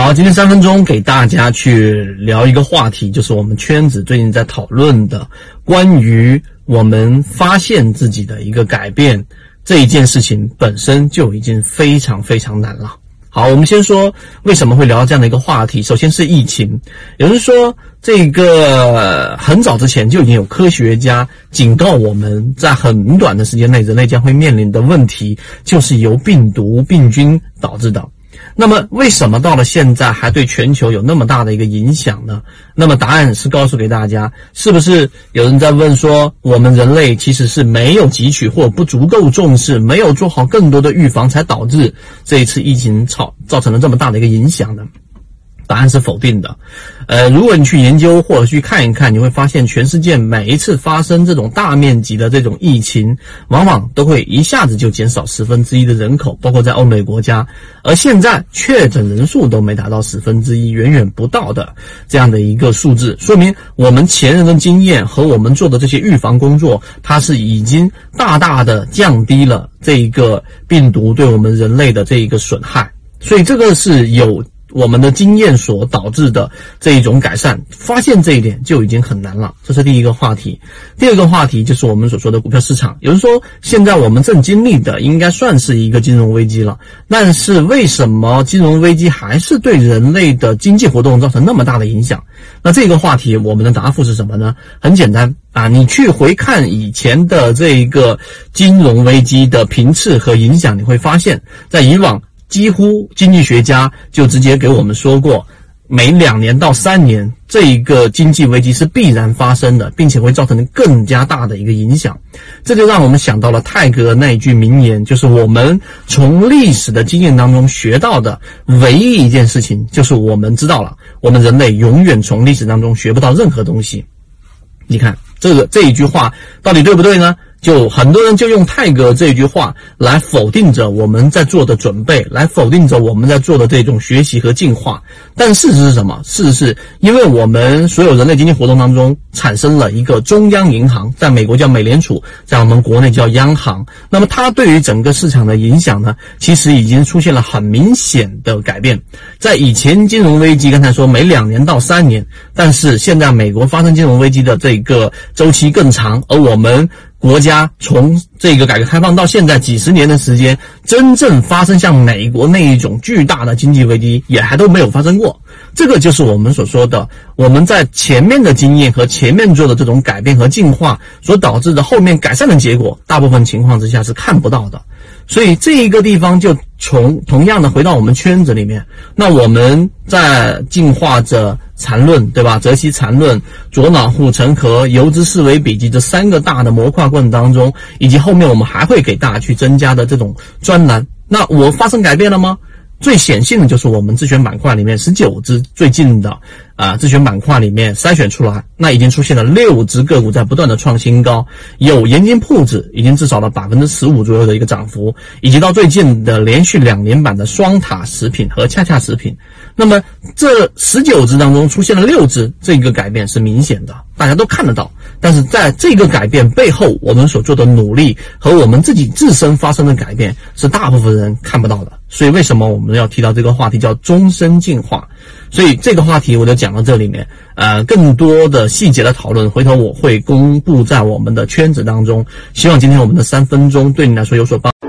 好，今天3分钟给大家去聊一个话题，就是我们圈子最近在讨论的关于我们发现自己的一个改变这一件事情本身就已经非常非常难了。好，我们先说为什么会聊这样的一个话题。首先是疫情，有人说这个很早之前就已经有科学家警告我们，在很短的时间内人类将会面临的问题就是由病毒病菌导致的。那么为什么到了现在还对全球有那么大的一个影响呢？那么答案是告诉给大家，是不是有人在问说，我们人类其实是没有汲取或不足够重视，没有做好更多的预防，才导致这一次疫情造成了这么大的一个影响呢？答案是否定的。如果你去研究或者去看一看，你会发现全世界每一次发生这种大面积的这种疫情，往往都会一下子就减少1/10的人口，包括在欧美国家。而现在确诊人数都没达到1/10，远远不到的这样的一个数字，说明我们前人的经验和我们做的这些预防工作，它是已经大大的降低了这一个病毒对我们人类的这一个损害。所以这个是有我们的经验所导致的这一种改善，发现这一点就已经很难了。这是第一个话题。第二个话题就是我们所说的股票市场。有人说现在我们正经历的应该算是一个金融危机了，但是为什么金融危机还是对人类的经济活动造成那么大的影响？那这个话题我们的答复是什么呢？很简单啊，你去回看以前的这一个金融危机的频次和影响，你会发现在以往几乎经济学家就直接给我们说过，每2年到3年这一个经济危机是必然发生的，并且会造成更加大的一个影响。这就让我们想到了泰戈尔那一句名言，就是我们从历史的经验当中学到的唯一一件事情，就是我们知道了我们人类永远从历史当中学不到任何东西。你看这一句话到底对不对呢？就很多人就用泰戈尔这一句话来否定着我们在做的准备，来否定着我们在做的这种学习和进化。但事实是什么？事实是因为我们所有人类经济活动当中产生了一个中央银行，在美国叫美联储，在我们国内叫央行。那么它对于整个市场的影响呢，其实已经出现了很明显的改变。在以前金融危机刚才说每2年到3年，但是现在美国发生金融危机的这个周期更长，而我们国家从这个改革开放到现在几十年的时间，真正发生像美国那一种巨大的经济危机也还都没有发生过。这个就是我们所说的我们在前面的经验和前面做的这种改变和进化所导致的后面改善的结果，大部分情况之下是看不到的。所以这一个地方就同样的回到我们圈子里面，那我们在进化着缠论，对吧？泽西缠论、左脑护城河、游资思维笔记这3个大的模块过程当中，以及后面我们还会给大家去增加的这种专栏，那我发生改变了吗？最显性的就是我们自选板块里面19只最近的自选板块里面筛选出来，那已经出现了6只个股在不断的创新高，有盐津铺子已经至少了 15% 左右的一个涨幅，以及到最近的连续2年版的双塔食品和恰恰食品。那么这19只当中出现了6只，这个改变是明显的，大家都看得到。但是在这个改变背后，我们所做的努力和我们自己自身发生的改变是大部分人看不到的。所以为什么我们要提到这个话题叫终身进化？所以这个话题我就讲到这里面，更多的细节的讨论回头我会公布在我们的圈子当中。希望今天我们的3分钟对你来说有所帮助。